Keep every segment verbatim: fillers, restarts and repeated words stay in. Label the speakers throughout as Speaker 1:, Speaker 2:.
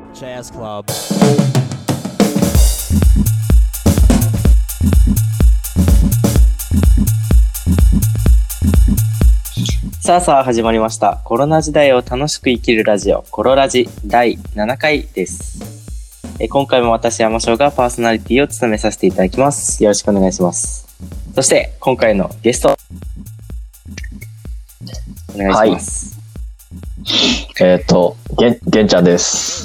Speaker 1: Jazz Club。
Speaker 2: さあさあ始まりました。コロナ時代を楽しく生きるラジオ、コロラジだいななかいです。え今回も私山椒がパーソナリティを務めさせていただきます。よろしくお願いします。そして今回のゲストお願いします。
Speaker 3: はい、えっ、ー、とげんげんちゃんです。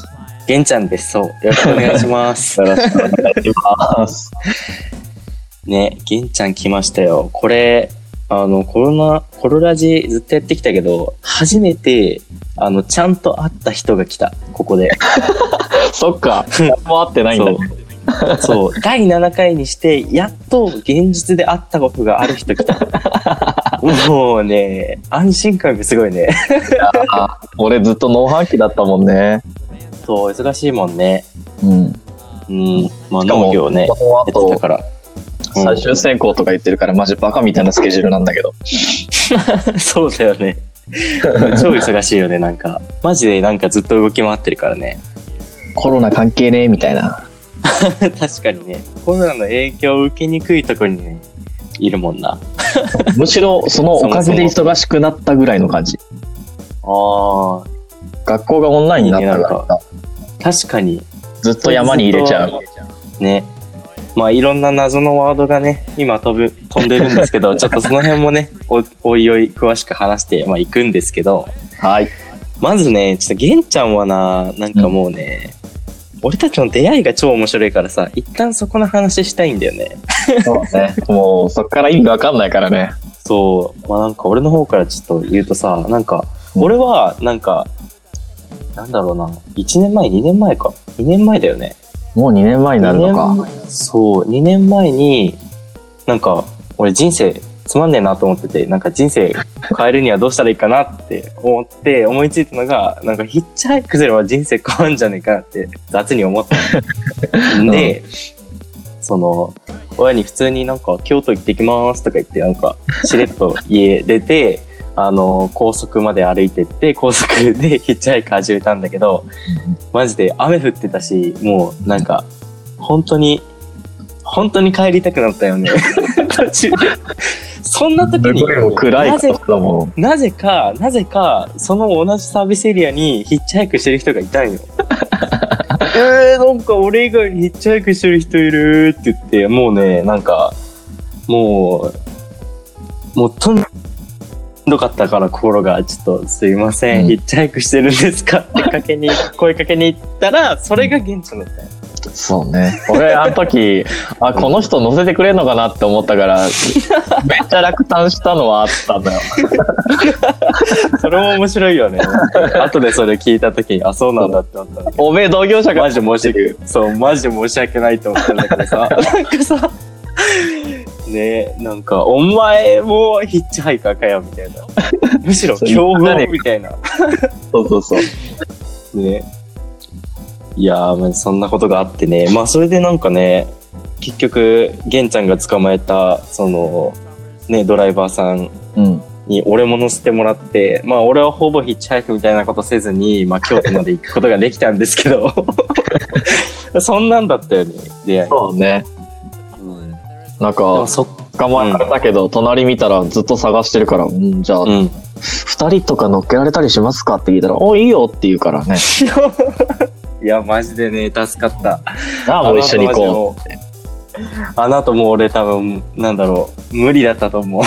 Speaker 2: げんちゃんです。そう、よろしくお願いします。
Speaker 3: よろしくお願いします。
Speaker 2: ね、げんちゃん来ましたよ。これあのコロナコロラジずっとやってきたけど、初めてあのちゃんと会った人が来た。ここで
Speaker 3: そっか、もう会ってないんだ。
Speaker 2: そうそうだいななかいにしてやっと現実で会ったことがある人来た。もうね、安心感がすごいね。
Speaker 3: 俺ずっとノーハン期だったもんね。
Speaker 2: そう、忙しいもんね。
Speaker 3: うん
Speaker 2: うん、まあ農業ねやってたから。
Speaker 3: 最終選考とか言ってるから、マジバカみたいなスケジュールなんだけど。
Speaker 2: そうだよね。超忙しいよね。なんかマジでなんかずっと動き回ってるからね。
Speaker 3: コロナ関係ねえみたいな。
Speaker 2: 確かにね、コロナの影響を受けにくいところにねいるもんな。
Speaker 3: むしろそのおかげで忙しくなったぐらいの感じ。
Speaker 2: ああ、
Speaker 3: 学校がオンラインになったから。
Speaker 2: 確かに
Speaker 3: ずっと山に入れちゃう
Speaker 2: ね。まあいろんな謎のワードがね今飛ぶ飛んでるんですけど、ちょっとその辺もね お, おいおい詳しく話してまあいくんですけど、
Speaker 3: はい。
Speaker 2: まずね、ちょっとげんちゃんはな、なんかもうね、うん、俺たちの出会いが超面白いからさ、一旦そこの話したいんだよね。
Speaker 3: そうね。もうそっから意味わかんないからね。
Speaker 2: そう、まあなんか俺の方からちょっと言うとさ、なんか俺はなんか、うん、なんだろうな、いちねんまえにねんまえかにねんまえだよね。
Speaker 3: もうにねんまえになるのか。
Speaker 2: そう、にねんまえになんか俺人生つまんねえなと思ってて、なんか人生変えるにはどうしたらいいかなって思って思いついたのが、なんかヒッチハイクすれば人生変わるんじゃねえかなって雑に思ったんで、うん、その親に普通になんか京都行ってきますとか言って、なんかしれっと家出てあの高速まで歩いてって高速でヒッチハイク始めたんだけど、マジで雨降ってたし、もうなんか本当に本当に帰りたくなったよね。途中でそんな時になぜかなぜかなぜかその同じサービスエリアにヒッチハイクしてる人がいたんよ。えー、なんか俺以外にヒッチハイクしてる人いるって言って、もうね、なんかもうもうとんどかったから心が、ちょっとすいません、うん、ヒッチハイクしてるんですかってかけに声かけに行ったら、それが現地だったよ。
Speaker 3: そうね。俺あの時あこの人乗せてくれるのかなって思ったからめっちゃ落胆したのはあったんだよ。
Speaker 2: それも面白いよね。後でそれ聞いた時に、あ、そうなんだって思ったんだけど、
Speaker 3: おめえ同業者が
Speaker 2: マジで申し訳そうマジで申し訳ないと思ったんだけどさ、なんかさね、なんかお前もヒッチハイカーかよみたいな、むしろ強豪みたいな。
Speaker 3: そうそうそう
Speaker 2: ね。いやー、そんなことがあってね、まあそれでなんかね、結局玄ちゃんが捕まえたそのねドライバーさんに俺も乗せてもらって、うん、まあ俺はほぼヒッチハイクみたいなことせずに、まあ京都まで行くことができたんですけど、そんなんだったよね、出会い。
Speaker 3: そうね。うん、なんか捕まえられたけど、うん、隣見たらずっと探してるから、うん、じゃあ、うん、ふたりとか乗っけられたりしますかって聞いたら、おいいよって言うからね。
Speaker 2: いやマジでね助かった。
Speaker 3: ああ、もう一緒に行こうって。
Speaker 2: あの後もう俺多分なんだろう無理だったと思う。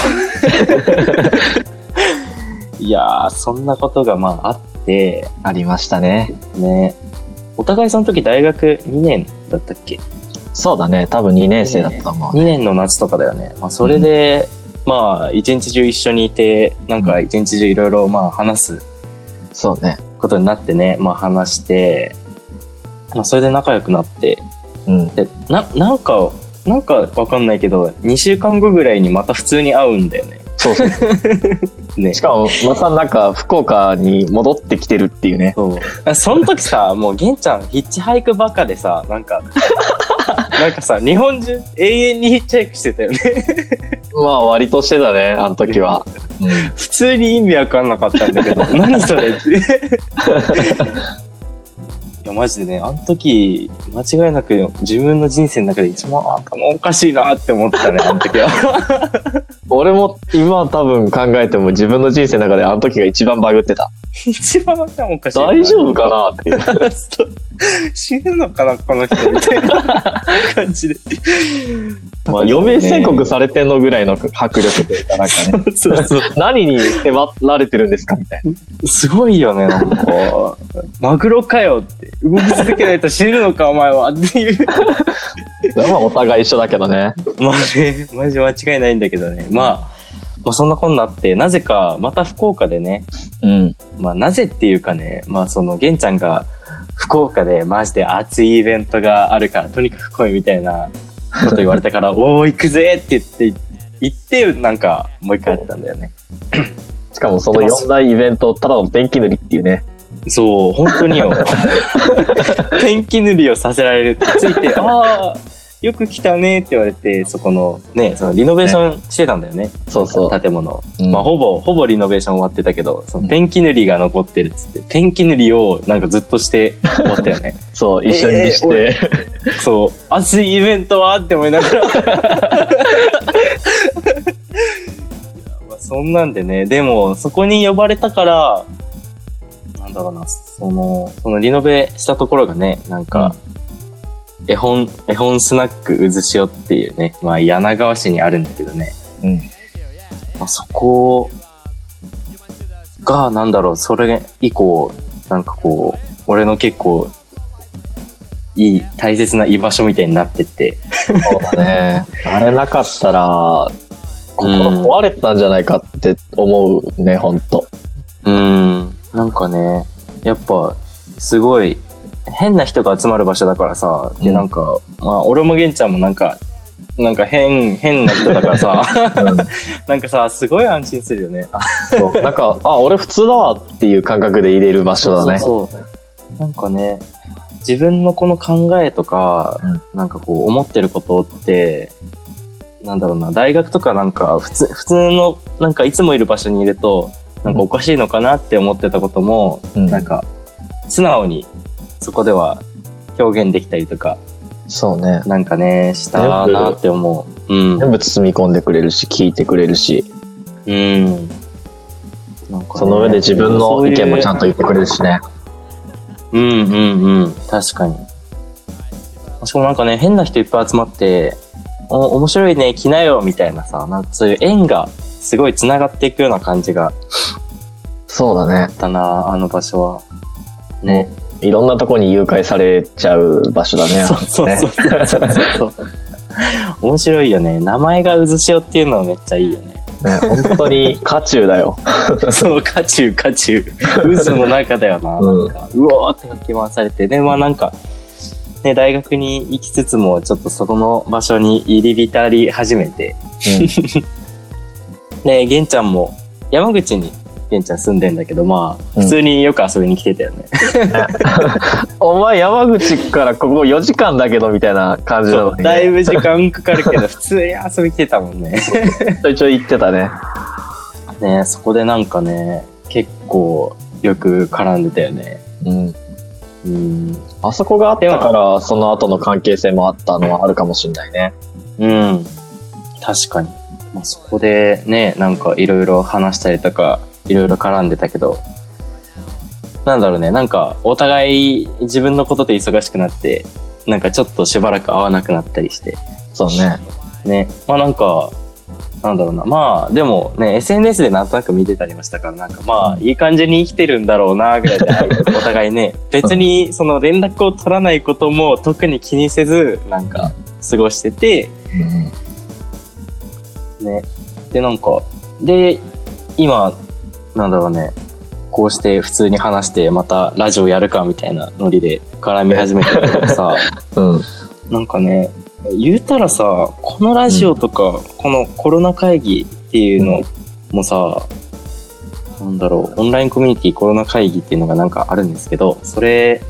Speaker 2: いやー、そんなことがまああって
Speaker 3: ありましたね。
Speaker 2: ね、お互いその時大学にねんだったっけ？
Speaker 3: そうだね、多分にねん生だったと思う、
Speaker 2: ね、にねんの夏とかだよね。まあ、それで、うん、まあ一日中一緒にいて、なんか一日中いろいろまあ話す、
Speaker 3: そうね、
Speaker 2: ことになってね、まあ話して。まあ、それで仲良くなって、うん、で な, なんかなんかわかんないけどにしゅうかんごぐらいにまた普通に会うんだよね。
Speaker 3: そうそうね、しかもまたなんか福岡に戻ってきてるっていうね。
Speaker 2: そうその時さ、もう玄ちゃんヒッチハイクバカでさ、なんかなんかさ日本中永遠にヒッチハイクしてたよね。
Speaker 3: まあ割としてたね、あの時は。
Speaker 2: うん、普通に意味わかんなかったんだけど何それって。いやマジでね、あの時間違いなく自分の人生の中で一番頭おかしいなって思ったね、あの時は。
Speaker 3: 俺も今多分考えても自分の人生の中であの時が一番バグってた。
Speaker 2: 一番頭おかしい。
Speaker 3: 大丈夫かなっていう。
Speaker 2: 死ぬのかなこの人みたいな感じで。
Speaker 3: まあ余命宣告されてんのぐらいの迫力というかなんかね。そうそう何に迫られてるんですかみたいな。
Speaker 2: すごいよね、なんか。マグロかよって。動き続けないと死ぬのかお前はっていう。
Speaker 3: まあお互い一緒だけどね。
Speaker 2: まあね、マジ間違いないんだけどね。まあ、まあそんなこんなあって、なぜかまた福岡でね。
Speaker 3: うん。
Speaker 2: まあなぜっていうかね、まあその玄ちゃんが福岡でマジで熱いイベントがあるからとにかく来いみたいなこと言われたからおー行くぜって言って行ってなんかもう一回やったんだよね。
Speaker 3: しかもそのよん大イベントただのペンキ塗りっていうね。
Speaker 2: そう本当によ。ペンキ塗りをさせられるってついてああよく来たねって言われて、そこのね、そのリノベーションしてたんだよね。
Speaker 3: そうそう。
Speaker 2: 建物。
Speaker 3: うん、
Speaker 2: まあほぼ、ほぼリノベーション終わってたけど、そのペンキ塗りが残ってるっつって、ペンキ塗りをなんかずっとして終わったよね。
Speaker 3: そう、一緒にして。
Speaker 2: えー、そう、熱いイベントはって思いながら。まあそんなんでね、でもそこに呼ばれたから、なんだろうな、その、そのリノベしたところがね、なんか、うん絵本、絵本スナックうずしおっていうね、まあ柳川市にあるんだけどね。
Speaker 3: うん。
Speaker 2: まあ、そこが、なんだろう、それ以降、なんかこう、俺の結構、いい、大切な居場所みたいになってって。
Speaker 3: そうだね。あれなかったら、心壊れてたんじゃないかって思うね、うん、ほんと。
Speaker 2: うん。なんかね、やっぱ、すごい、変な人が集まる場所だからさ、で、なんか、うん、まあ、俺も玄ちゃんもなんか、なんか変、変な人だからさ、うん、なんかさ、すごい安心するよね。
Speaker 3: そう。なんか、あ、俺普通だわっていう感覚で入れる場所だね。
Speaker 2: そうそうそう。なんかね、自分のこの考えとか、うん、なんかこう思ってることって、なんだろうな、大学とかなんか普通、普通の、なんかいつもいる場所にいると、なんかおかしいのかなって思ってたことも、うん、なんか、素直に、そこでは表現できたりとか、
Speaker 3: そうね。
Speaker 2: なんかね、したなって思う。うん。
Speaker 3: 全部包み込んでくれるし、聞いてくれるし。
Speaker 2: うん。なんかね、
Speaker 3: その上で自分の意見もちゃんと言ってくれるしね。
Speaker 2: うんうんうん。確かに。しかもなんかね、変な人いっぱい集まって、お、面白いね、来なよ、みたいなさ、なんかそういう縁がすごい繋がっていくような感じが。
Speaker 3: そうだね。
Speaker 2: あったな、あの場所は。ね。
Speaker 3: いろんなとこに誘拐されちゃう場所だね。
Speaker 2: そうそうそうそうそうそう。面白いよね。名前がうずしおっていうのはめっちゃいいよね。
Speaker 3: ね、本当に渦中だよ。
Speaker 2: そう、渦中、渦中。渦の中だよな。うん、なんかうおーってかき回されて。で、まあなんか、ね、大学に行きつつも、ちょっとそこの場所に入り浸り始めて。うん、で、玄ちゃんも山口に、玄ちゃん住んでんだけど、まあ、普通によく遊びに来てたよね。
Speaker 3: うん、お前山口からここよじかんだけどみたいな感じなのに、ね、
Speaker 2: だいぶ時間かかるけど、普通に遊び来てたもんね。
Speaker 3: ちょいちょい行ってたね。
Speaker 2: ね、そこでなんかね、結構よく絡んでたよね。
Speaker 3: うん。
Speaker 2: うん。
Speaker 3: あそこがあったから、その後の関係性もあったのはあるかもしれないね。
Speaker 2: うん。確かに。まあ、そこでね、なんかいろいろ話したりとか、いろいろ絡んでたけど、なんだろうね、なんかお互い自分のことで忙しくなって、なんかちょっとしばらく会わなくなったりして。
Speaker 3: そうね。
Speaker 2: ね、まあなんか、なんだろうな、まあでもね、エスエヌエス でなんとなく見てたりましたから、なんかまあいい感じに生きてるんだろうな、ぐらいでお互いね、別にその連絡を取らないことも特に気にせず、なんか過ごしてて、うん、ね、でなんか、で、今、なんだろうね、こうして普通に話してまたラジオやるかみたいなノリで絡み始めたけどさ、
Speaker 3: うん、
Speaker 2: なんかね、言うたらさ、このラジオとか、うん、このコロナ会議っていうのもさ、うん、なんだろう、オンラインコミュニティコロナ会議っていうのがなんかあるんですけど、それ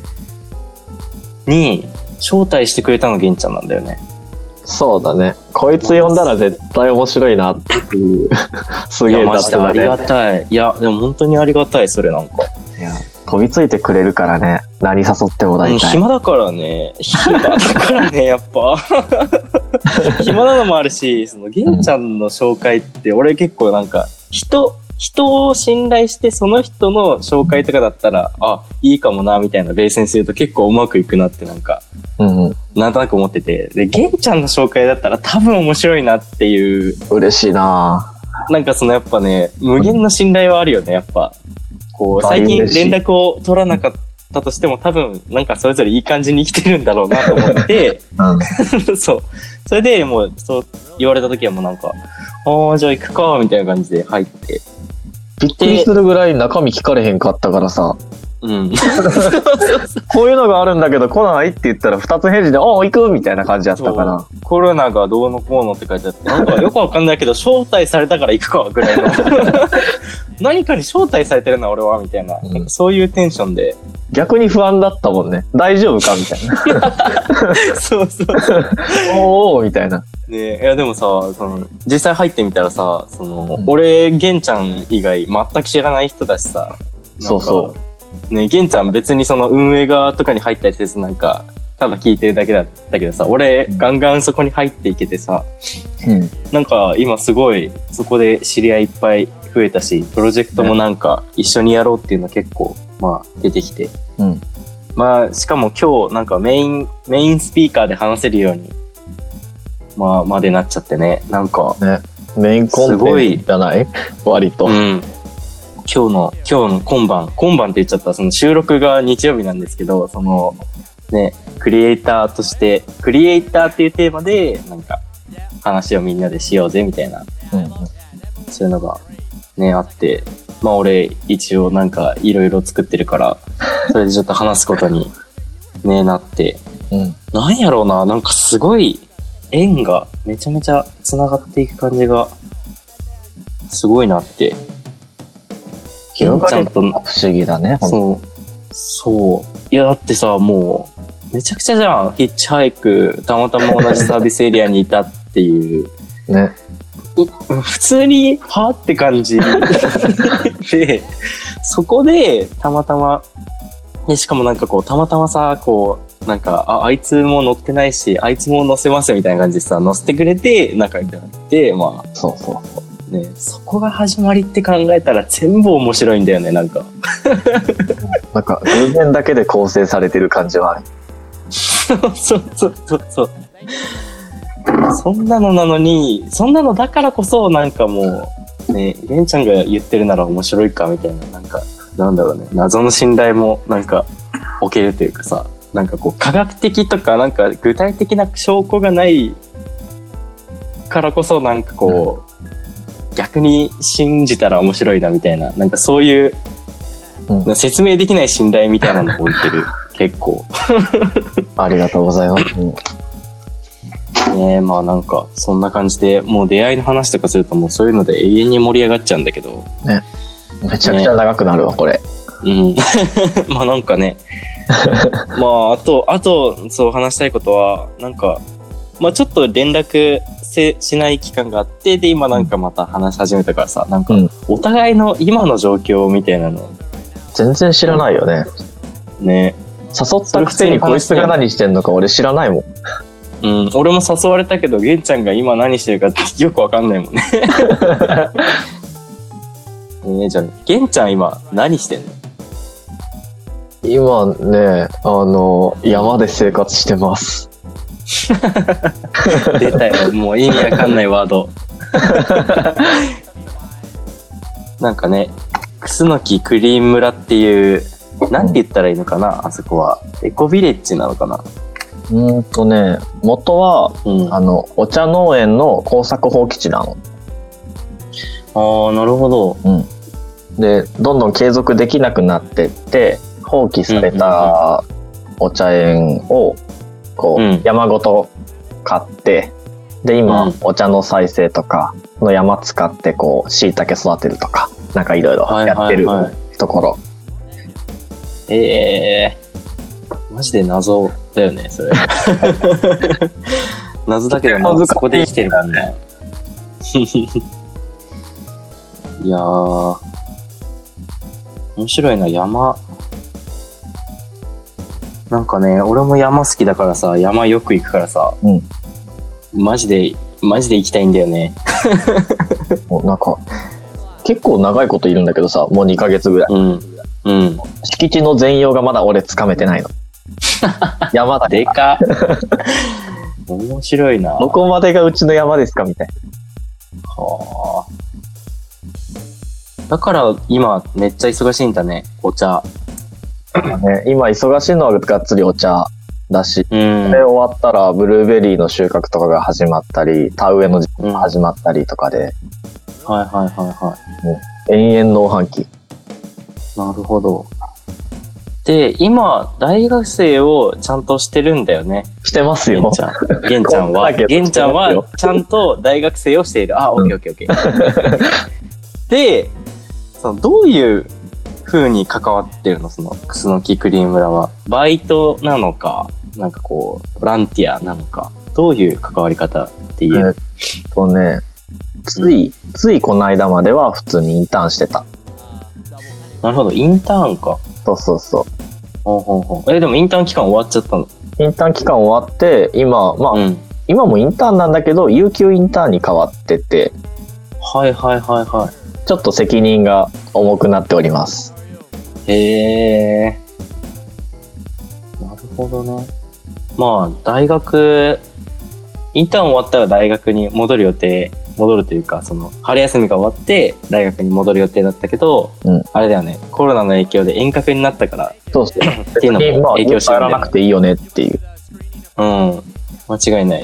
Speaker 2: に招待してくれたの玄ちゃんなんだよね。
Speaker 3: そうだね。こいつ呼んだら絶対面白いなっていうすげえだったね。
Speaker 2: ありがたい。いやでも本当にありがたい、それなんか。
Speaker 3: いや飛びついてくれるからね。 何誘っても大体。
Speaker 2: 暇だからね。暇だからね、やっぱ。暇なのもあるし、その、玄ちゃんの紹介って、俺結構なんか、人、人を信頼して、その人の紹介とかだったら、あ、いいかもな、みたいなベースにすると結構うまくいくなってなんか、
Speaker 3: うんうん、
Speaker 2: なんとなく思ってて。で、玄ちゃんの紹介だったら多分面白いなっていう。
Speaker 3: 嬉しいな。
Speaker 2: なんかそのやっぱね、無限の信頼はあるよね、やっぱ。こう、最近連絡を取らなかったとしても多分なんかそれぞれいい感じに生きてるんだろうなと思って、うん、そう。それでもうそう言われた時はもうなんか、ああ、じゃあ行くか、みたいな感じで入って。
Speaker 3: びっくりするぐらい中身聞かれへんかったからさ。うん。こういうのがあるんだけど来ないって言ったら二つ返事で、おー行くみたいな感じやったから。
Speaker 2: コロナがどうのこうのって書いてあって、なんかよくわかんないけど招待されたから行くかぐらいの。何かに招待されてるな俺はみたいな、うん、なんかそういうテンションで。
Speaker 3: 逆に不安だったもんね。大丈夫かみたいな。
Speaker 2: そうそうそう。
Speaker 3: おーおーみたいな。
Speaker 2: ね、いやでもさ、その実際入ってみたらさ、その、うん、俺玄ちゃん以外全く知らない人だしさ。
Speaker 3: そうそう。
Speaker 2: ね、玄ちゃん別にその運営側とかに入ったりせずなんかただ聞いてるだけだったけどさ、俺ガンガンそこに入っていけてさ、うん、なんか今すごいそこで知り合いいっぱい増えたし、プロジェクトもなんか一緒にやろうっていうの結構まあ出てきて、うん、まあしかも今日なんかメインメインスピーカーで話せるようにまあまでなっちゃってね、なんか
Speaker 3: ね、メインコンテンツじゃない割と。うん、
Speaker 2: 今日の、今日の今晩、今晩って言っちゃった、その収録が日曜日なんですけど、その、ね、クリエイターとして、クリエイターっていうテーマで、なんか、話をみんなでしようぜ、みたいな、うんうん、そういうのが、ね、あって、まあ俺、一応なんか、いろいろ作ってるから、それでちょっと話すことに、ね、なって、うん、なんやろうな、なんかすごい、縁がめちゃめちゃ繋がっていく感じが、すごいなって、
Speaker 3: 玄ちゃんと不思議だね。
Speaker 2: そう。そう。いや、だってさ、もう、めちゃくちゃじゃん。ヒッチハイク、たまたま同じサービスエリアにいたっていう。ね。普通に、はぁって感じ。で、そこで、たまたま、で、しかもなんかこう、たまたまさ、こう、なんか、あ、あいつも乗ってないし、あいつも乗せますみたいな感じでさ、乗せてくれて、仲良くなって、まあ。
Speaker 3: そうそうそう。
Speaker 2: ね、そこが始まりって考えたら全部面白いんだよね、なんか。
Speaker 3: なんか偶然だけで構成されてる感じはある。
Speaker 2: そうそうそうそうそう。そんなのなのに、そんなのだからこそなんかもうね、玄ちゃんが言ってるなら面白いかみたいな、なんかなんだろうね、謎の信頼もなんか置けるというかさ、なんかこう科学的とかなんか具体的な証拠がないからこそなんかこう。うん、逆に信じたら面白いなみたいな、なんかそういう、うん、説明できない信頼みたいなのを置いてる結構
Speaker 3: ありがとうございます、うん、
Speaker 2: ねえ、まあなんかそんな感じでもう出会いの話とかするともうそういうので永遠に盛り上がっちゃうんだけど
Speaker 3: ね、めちゃくちゃ長くなるわ、ね、これ
Speaker 2: うんまあなんかねまああとあとそう話したいことはなんかまあちょっと連絡しない期間があって、で今なんかまた話し始めたからさ、なんかお互いの今の状況みたいなの
Speaker 3: 全然知らないよね。
Speaker 2: ね、
Speaker 3: 誘ったくせにこいつが何してんのか俺知らないもん。
Speaker 2: うん、俺も誘われたけど玄ちゃんが今何してるかってよくわかんないもんね。えじゃあ玄ちゃん今何してんの？
Speaker 3: 今ね、あの山で生活してます。
Speaker 2: 出たよ、もう意味わかんないワード。なんかね、楠木クリーン村っていう、なんて言ったらいいのかな、あそこはエコビレッジなのかな。
Speaker 3: うーんとね、元は、うん、あのお茶農園の耕作放棄地なの。
Speaker 2: ああ、なるほど。
Speaker 3: うん。で、どんどん継続できなくなってって、放棄されたお茶園をこう、うん、山ごと買って、で今、うん、お茶の再生とかの山使ってこう椎茸育てるとかなんかいろいろやってるところ。はい
Speaker 2: はいはい、えー、マジで謎だよねそれ。謎だけどな、そこで生きてるもんね。いやー面白いな。山なんかね、俺も山好きだからさ、山よく行くからさ、
Speaker 3: うん。
Speaker 2: マジで、マジで行きたいんだよね。
Speaker 3: もうなんか、結構長いこといるんだけどさ、もうにかげつぐらい。
Speaker 2: うん。うん。
Speaker 3: 敷地の全容がまだ俺つかめてないの。山だ
Speaker 2: でか面白いな。
Speaker 3: どこまでがうちの山ですかみたいな。
Speaker 2: はあ。だから今めっちゃ忙しいんだね、お茶。
Speaker 3: ね、今忙しいのはがっつりお茶だし、
Speaker 2: うん、
Speaker 3: それ終わったらブルーベリーの収穫とかが始まったり、田植えの時期が始まったりとかで、
Speaker 2: うん、はいはいはいはい。
Speaker 3: もう延々農繁期。
Speaker 2: なるほど。で、今大学生をちゃんとしてるんだよね。
Speaker 3: してますよ。
Speaker 2: 玄ちゃん。玄ちゃんは、玄ちゃんはちゃんと大学生をしている。あ、オッケーオッケーオッケー。で、そのどういう風に関わってるの、そのクスノキクリーム村は。バイトなのか、なんかこうボランティアなのか、どういう関わり方って言える？
Speaker 3: えっとね、つい、うん、ついこの間までは普通にインターンしてた。
Speaker 2: なるほど、インターンか。
Speaker 3: そうそうそう。
Speaker 2: ほうほうほう。え、でもインターン期間終わっちゃったの？
Speaker 3: インターン期間終わって、今、まあ、
Speaker 2: うん、
Speaker 3: 今もインターンなんだけど、有給インターンに変わってて。
Speaker 2: はいはいはいはい。
Speaker 3: ちょっと責任が重くなっております。
Speaker 2: へえ。なるほどね。まあ、大学、インターン終わったら大学に戻る予定、戻るというか、その、春休みが終わって大学に戻る予定だったけど、うん、あれだよね、コロナの影響で遠隔になったから、
Speaker 3: そうそう。
Speaker 2: っていうのも影響してるんだよね。
Speaker 3: やらなくていいよねっていう。
Speaker 2: うん、間違いない。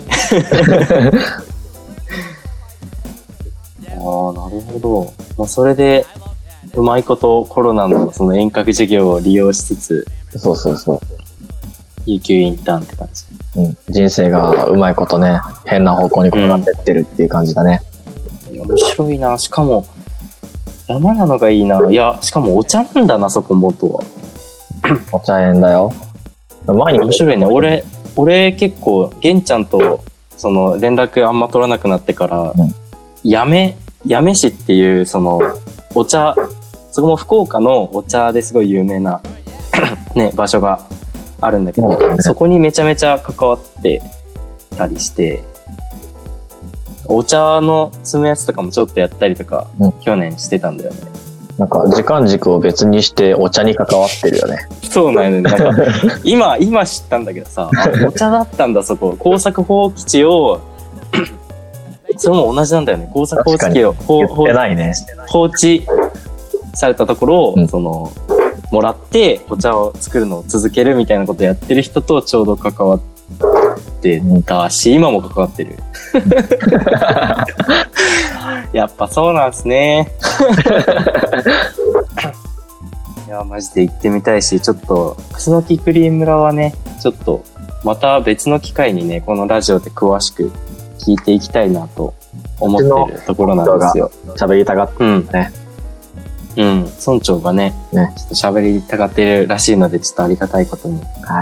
Speaker 2: ああ、なるほど。まあ、それで、うまいことコロナのその遠隔授業を利用しつつ、
Speaker 3: そうそうそう。
Speaker 2: 有給インターンって感じ。
Speaker 3: うん。人生がうまいことね、変な方向に転がってってるっていう感じだね。
Speaker 2: うん、面白いな。しかも、山なのがいいな。いや、しかもお茶なんだな、そこ元は。
Speaker 3: お茶園だよ。
Speaker 2: 前に面白いね。俺、俺結構、玄ちゃんと、その、連絡あんま取らなくなってから、うん、やめ、八女市っていうそのお茶、そこも福岡のお茶ですごい有名なね場所があるんだけど、ね、そこにめちゃめちゃ関わってたりして、お茶の摘むやつとかもちょっとやったりとか、うん、去年してたんだよね。
Speaker 3: なんか時間軸を別にしてお茶に関わってるよね。
Speaker 2: そうなんよね。なんか今今知ったんだけどさ、あ、お茶だったんだそこ。耕作放棄地をそれも同じなんだよね。耕作放棄地を放
Speaker 3: ってないね。
Speaker 2: 放置されたところを、うん、そのもらってお茶を作るのを続けるみたいなことをやってる人とちょうど関わってたし、今も関わってる。やっぱそうなんですね。いやマジで行ってみたいし、ちょっとクスノキクリーム村はね、ちょっとまた別の機会にね、このラジオで詳しく聞いていきたいなと思ってるところなんですよ。
Speaker 3: 喋りたがってるね。
Speaker 2: うん、うん、村長がね、ね、ちょっと喋りたがってるらしいので、ちょっとありがたいことに、
Speaker 3: はい。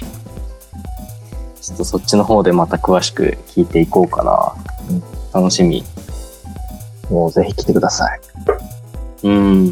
Speaker 2: ちょっとそっちの方でまた詳しく聞いていこうかな。うん、楽しみ。
Speaker 3: もうぜひ来てください。
Speaker 2: うん、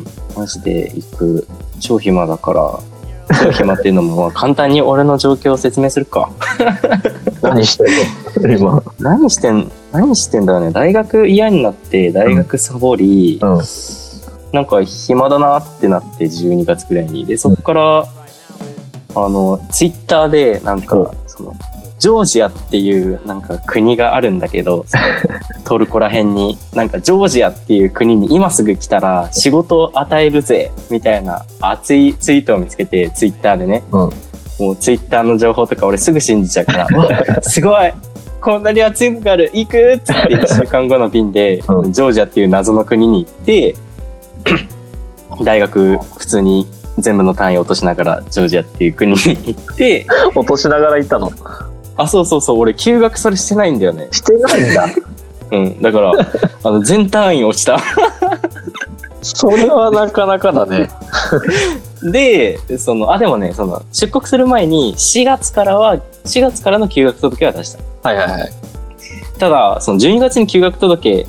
Speaker 2: マジで行く。超暇だから。超暇っていうのも、まあ簡単に俺の状況を説明するか。
Speaker 3: 何してんの今。
Speaker 2: 何してん、何してんだろうね。大学嫌になって、大学サボり、うんうん、なんか暇だなってなってじゅうにがつくらいに。で、そこから、うん、あの、ツイッターで、なんか、その、ジョージアっていうなんか国があるんだけど、トルコら辺になんかジョージアっていう国に今すぐ来たら仕事を与えるぜみたいな熱いツイートを見つけて、ツイッターでね、うん、もうツイッターの情報とか俺すぐ信じちゃうからわすごいこんなに熱いのがある行くっつっていっしゅうかんごの便で、うん、ジョージアっていう謎の国に行って大学普通に全部の単位を落としながらジョージアっていう国に行って
Speaker 3: 落としながら行ったの。
Speaker 2: あ、そうそうそう、俺休学それしてないんだよね。
Speaker 3: してないんだ。
Speaker 2: うん、だからあの全単位落ちた。
Speaker 3: それはなかなかだね。
Speaker 2: で、そのあでもね、その出国する前にしがつからはしがつからの休学届は出した。
Speaker 3: はいはいはい。
Speaker 2: ただそのじゅうにがつに休学届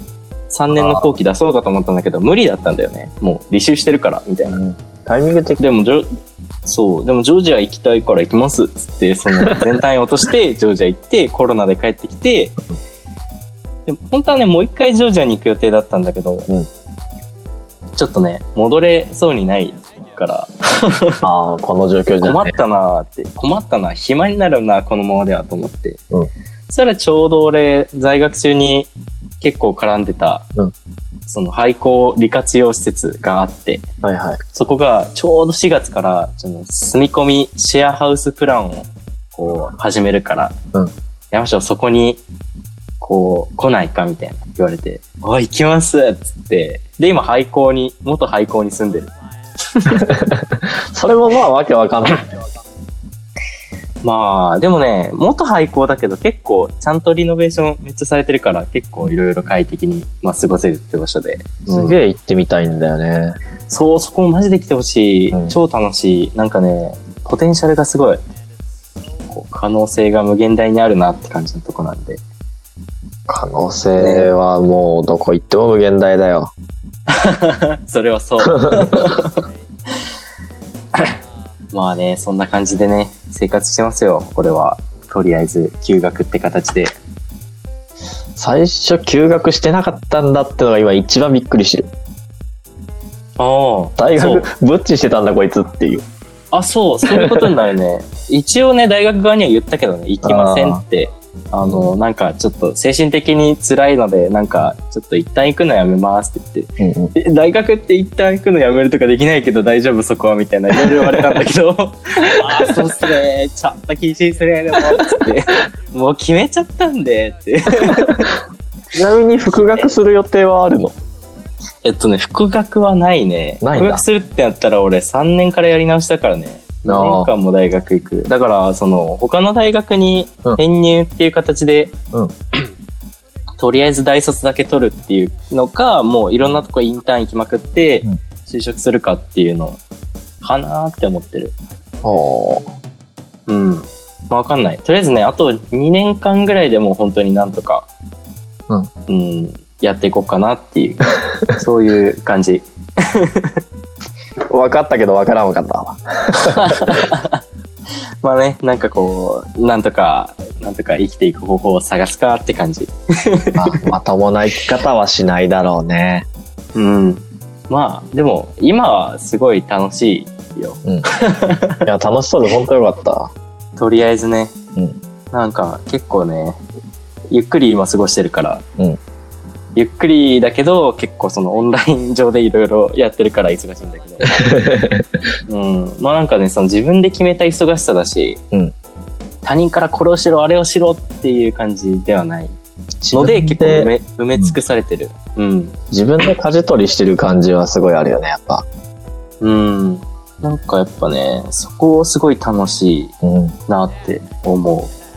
Speaker 2: さんねんの後期出そうかと思ったんだけど、無理だったんだよね。もう履修してるから、みたいな。うん、
Speaker 3: タイミング的
Speaker 2: でもジョ、そう、でもジョージア行きたいから行きますっつって、その全単位落としてジョージア行って、コロナで帰ってきて、でも本当はね、もう一回ジョージアに行く予定だったんだけど、うん、ちょっとね、戻れそうにないから、
Speaker 3: ああ、この状況じゃね、
Speaker 2: 困ったなーって、困ったな、暇になるな、このままではと思って。
Speaker 3: うん、
Speaker 2: そしたらちょうど俺、在学中に結構絡んでた、うん、その廃校利活用施設があって、
Speaker 3: はいはい、
Speaker 2: そこがちょうどしがつからその住み込みシェアハウスプランをこう始めるから、うん、山下そこにこう来ないかみたいな言われて、おい行きますっつって、で今廃校に元廃校に住んでる。
Speaker 3: それもまあわけわかんない。
Speaker 2: まあでもね、元廃校だけど結構ちゃんとリノベーションめっちゃされてるから結構いろいろ快適に、まあ、過ごせるって場所で、
Speaker 3: すげえ行ってみたいんだよね。
Speaker 2: そう、そこもマジで来てほしい、うん、超楽しい。なんかね、ポテンシャルがすごいこう可能性が無限大にあるなって感じのとこなんで。
Speaker 3: 可能性はもうどこ行っても無限大だよ。
Speaker 2: それはそう。まあね、そんな感じでね、生活してますよ、俺は。とりあえず、休学って形で。
Speaker 3: 最初、休学してなかったんだってのが今一番びっくりしてる。
Speaker 2: ああ。
Speaker 3: 大学、ぶっちしてたんだこいつっていう。
Speaker 2: あ、そう、そういうことになるね。一応ね、大学側には言ったけどね、行きませんって。あの、なんかちょっと精神的に辛いので、なんかちょっと一旦行くのやめますって言って、うんうん、え大学って一旦行くのやめるとかできないけど大丈夫そこはみたいないろいろ言われたんだけど、ああ、そうっすね、ちょっと厳しいっすね、でも、つって、もう決めちゃったんで、って。
Speaker 3: ちなみに復学する予定はあるの？
Speaker 2: えっとね、復学はないね。復学するってなったら俺さんねんからやり直したからね。にねんかんも大学行く。だから、その、他の大学に編入っていう形で、うん、とりあえず大卒だけ取るっていうのか、もういろんなとこインターン行きまくって、就職するかっていうのかなーって思ってる。
Speaker 3: は
Speaker 2: あ。うん。まあわかんない。とりあえずね、あとにねんかんぐらいでもう本当になんとか、うん、うん、やっていこうかなっていう、そういう感じ。
Speaker 3: 分かったけど分からん分かったわ。
Speaker 2: まあね、なんかこうなんとかなんとか生きていく方法を探すかって感じ。
Speaker 3: まあ、まともな生き方はしないだろうね。
Speaker 2: うん。まあでも今はすごい楽しいよ。うん、い
Speaker 3: や楽しそうで本当よかった。
Speaker 2: とりあえずね、うん、なんか結構ねゆっくり今過ごしてるから。うん、ゆっくりだけど結構そのオンライン上でいろいろやってるから忙しいんだけど、うん、まあなんかねその自分で決めた忙しさだし、うん、他人からこれをしろあれをしろっていう感じではないので結構埋め、埋め尽くされてる、うんうん、
Speaker 3: 自分で舵取りしてる感じはすごいあるよねやっぱ。
Speaker 2: うんなんかやっぱねそこすごい楽しいなって思う、うん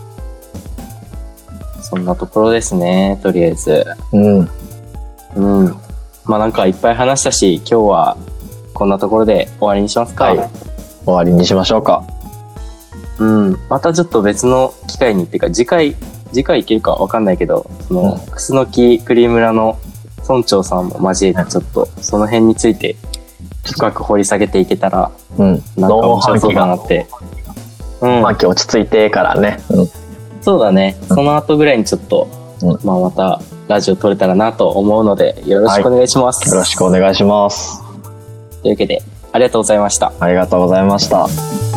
Speaker 2: そんなところですね、とりあえず。うん。うん。まあなんかいっぱい話したし、今日はこんなところで終わりにしますか。はい。
Speaker 3: 終わりにしましょうか。
Speaker 2: うん。またちょっと別の機会にっていうか、次回、次回いけるかわかんないけど、その、くすのきクリームラの村長さんも交えてちょっとその辺について深く掘り下げていけたら、うん。なんか面白そうだなって。
Speaker 3: うん。まあ今日落ち着いてからね。うん。
Speaker 2: そうだね。その後ぐらいにちょっと、うん、まあまたラジオ撮れたらなと思うので、よろしくお願いします。
Speaker 3: はい、よろしくお願いします。
Speaker 2: というわけで、ありがとうございました。
Speaker 3: ありがとうございました。